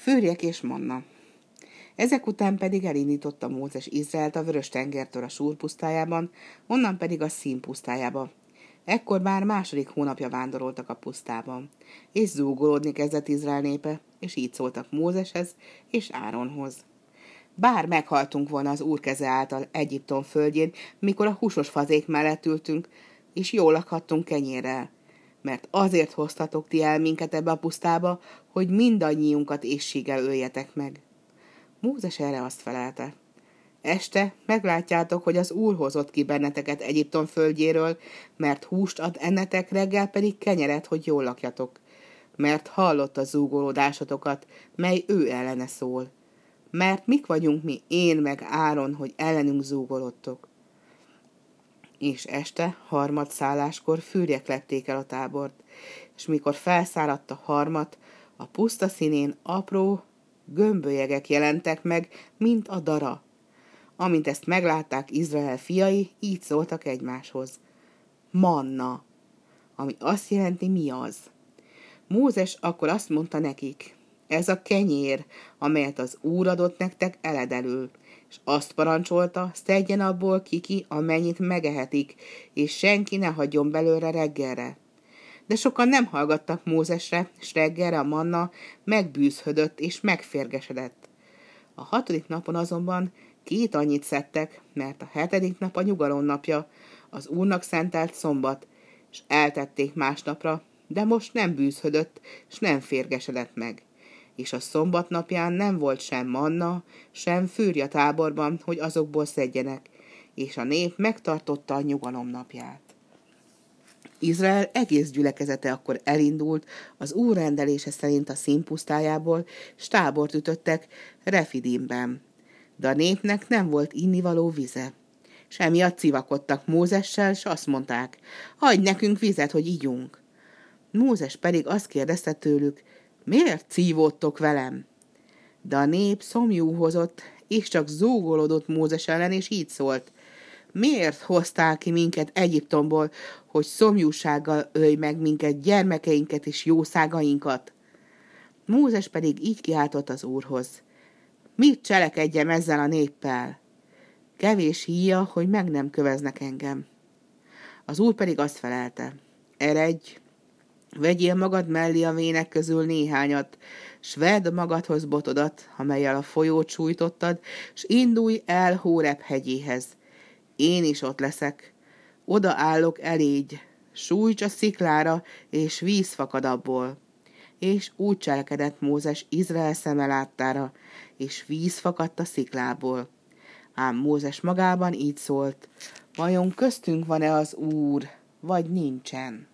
Fűrjek és manna. Ezek után pedig elindította Mózes Izraelt a Vörös-tengertől a Súr pusztájában, onnan pedig a Szín pusztájába. Ekkor már 2. hónapja vándoroltak a pusztában, és zúgolódni kezdett Izrael népe, és így szóltak Mózeshez és Áronhoz. Bár meghaltunk volna az Úr keze által Egyiptom földjén, mikor a húsos fazék mellett ültünk, és jól lakhattunk kenyérrel, mert azért hoztatok ti el minket ebbe a pusztába, hogy mindannyiunkat éhséggel öljetek meg. Mózes erre azt felelte: este meglátjátok, hogy az Úr hozott ki benneteket Egyiptom földjéről, mert húst ad ennetek, reggel pedig kenyeret, hogy jól lakjatok, mert hallott a zúgolódásotokat, mely ő ellene szól. Mert mik vagyunk mi, én meg Áron, hogy ellenünk zúgolottok. És este 3. szálláskor fűrjek lették el a tábort, és mikor felszáradt a 3, a puszta színén apró gömbölyegek jelentek meg, mint a dara. Amint ezt meglátták Izrael fiai, így szóltak egymáshoz: manna, ami azt jelenti, mi az. Mózes akkor azt mondta nekik: ez a kenyér, amelyet az Úr adott nektek eledelül, és azt parancsolta, szedjen abból kiki, amennyit megehetik, és senki ne hagyjon belőle reggelre. De sokan nem hallgattak Mózesre, és reggelre a manna megbűzhödött és megférgesedett. A 6. napon azonban 2 annyit szedtek, mert a 7. nap a nyugalom napja, az Úrnak szentelt szombat, és eltették másnapra, de most nem bűzhödött, és nem férgesedett meg. És a szombat napján nem volt sem manna, sem fűrje a táborban, hogy azokból szedjenek, és a nép megtartotta a nyugalom napját. Izrael egész gyülekezete akkor elindult az Úr rendelése szerint a Szín pusztájából, s tábort ütöttek Refidimben. De a népnek nem volt innivaló vize. S emiatt civakodtak Mózessel, s azt mondták: adj nekünk vizet, hogy igyunk. Mózes pedig azt kérdezte tőlük: miért szívódtok velem? De a nép szomjúhozott, és csak zúgolódott Mózes ellen, és így szólt: miért hoztál ki minket Egyiptomból, hogy szomjúsággal ölj meg minket, gyermekeinket és jószágainkat? Mózes pedig így kiáltott az Úrhoz: mit cselekedjem ezzel a néppel? Kevés híja, hogy meg nem köveznek engem. Az Úr pedig azt felelte: eredj, vegyél magad mellé a vének közül néhányat, s vedd magadhoz botodat, amellyel a folyót sújtottad, s indulj el Hóreb hegyéhez. Én is ott leszek. Oda állok elégy, sújts a sziklára, és víz fakad abból. És úgy cselekedett Mózes Izrael szeme láttára, és víz fakadt a sziklából. Ám Mózes magában így szólt: vajon köztünk van-e az Úr, vagy nincsen?